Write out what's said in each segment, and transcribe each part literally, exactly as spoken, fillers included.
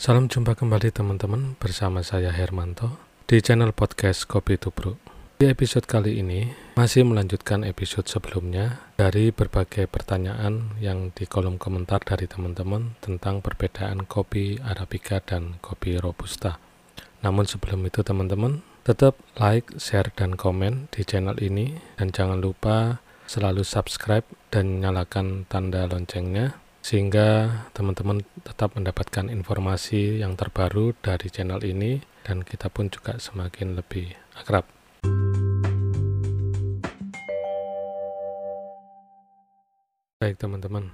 Salam jumpa kembali teman-teman, bersama saya Hermanto di channel podcast Kopi Tubruk. Di episode kali ini masih melanjutkan episode sebelumnya dari berbagai pertanyaan yang di kolom komentar dari teman-teman tentang perbedaan kopi Arabica dan kopi Robusta. Namun sebelum itu teman-teman, tetap like, share, dan komen di channel ini, dan jangan lupa selalu subscribe dan nyalakan tanda loncengnya sehingga teman-teman tetap mendapatkan informasi yang terbaru dari channel ini dan kita pun juga semakin lebih akrab. Baik teman-teman,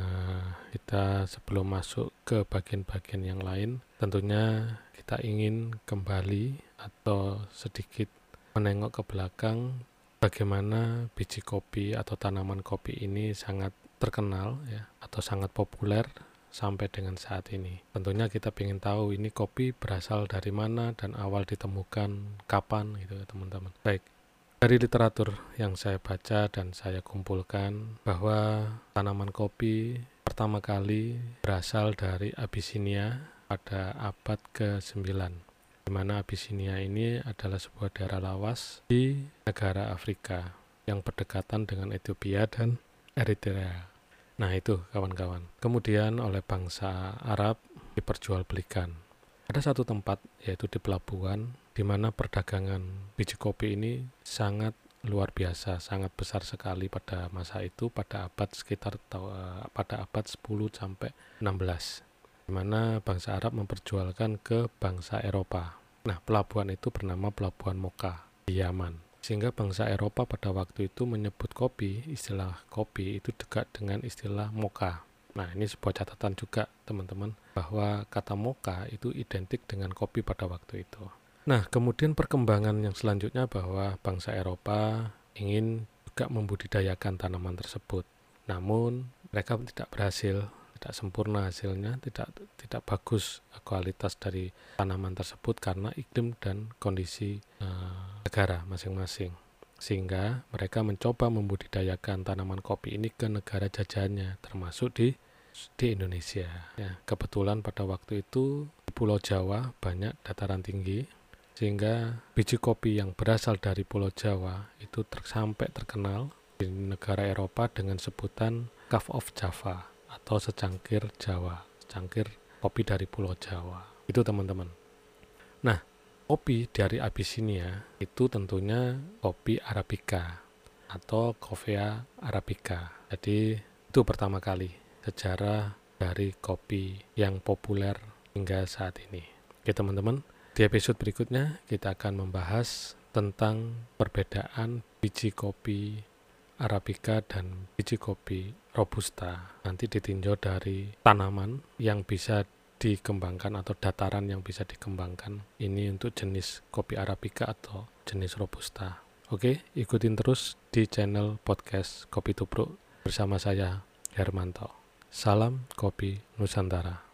kita sebelum masuk ke bagian-bagian yang lain, tentunya kita ingin kembali atau sedikit menengok ke belakang bagaimana biji kopi atau tanaman kopi ini sangat terkenal ya, atau sangat populer sampai dengan saat ini. Tentunya kita ingin tahu ini kopi berasal dari mana dan awal ditemukan kapan gitu ya teman-teman. Baik, dari literatur yang saya baca dan saya kumpulkan bahwa tanaman kopi pertama kali berasal dari Abyssinia pada abad ke sembilan, di mana Abyssinia ini adalah sebuah daerah lawas di negara Afrika yang berdekatan dengan Ethiopia dan Eritrea. Nah itu kawan-kawan, kemudian oleh bangsa Arab diperjualbelikan. Ada satu tempat yaitu di pelabuhan di mana perdagangan biji kopi ini sangat luar biasa, sangat besar sekali pada masa itu, pada abad sekitar uh, pada abad sepuluh sampai enam belas, di mana bangsa Arab memperjualkan ke bangsa Eropa. Nah, pelabuhan itu bernama Pelabuhan Mocha di Yaman. Sehingga bangsa Eropa pada waktu itu menyebut kopi, istilah kopi itu dekat dengan istilah mocha. Nah, ini sebuah catatan juga teman-teman, bahwa kata mocha itu identik dengan kopi pada waktu itu. Nah, kemudian perkembangan yang selanjutnya bahwa bangsa Eropa ingin juga membudidayakan tanaman tersebut. Namun, mereka tidak berhasil, tidak sempurna hasilnya, tidak tidak bagus kualitas dari tanaman tersebut karena iklim dan kondisi uh, negara masing-masing. Sehingga mereka mencoba membudidayakan tanaman kopi ini ke negara jajahannya, termasuk di di Indonesia. Ya, kebetulan pada waktu itu di Pulau Jawa banyak dataran tinggi, sehingga biji kopi yang berasal dari Pulau Jawa itu ter- sampai terkenal di negara Eropa dengan sebutan Cup of Java atau secangkir Jawa, secangkir kopi dari Pulau Jawa. Itu teman-teman. Nah, kopi dari Abyssinia itu tentunya kopi Arabica atau Coffea Arabica. Jadi itu pertama kali sejarah dari kopi yang populer hingga saat ini. Oke teman-teman, di episode berikutnya kita akan membahas tentang perbedaan biji kopi Arabica dan biji kopi Robusta. Nanti ditinjau dari tanaman yang bisa dikembangkan atau dataran yang bisa dikembangkan. Ini untuk jenis kopi Arabica atau jenis Robusta. Oke, ikutin terus di channel podcast Kopi Tubruk bersama saya Hermanto. Salam Kopi Nusantara.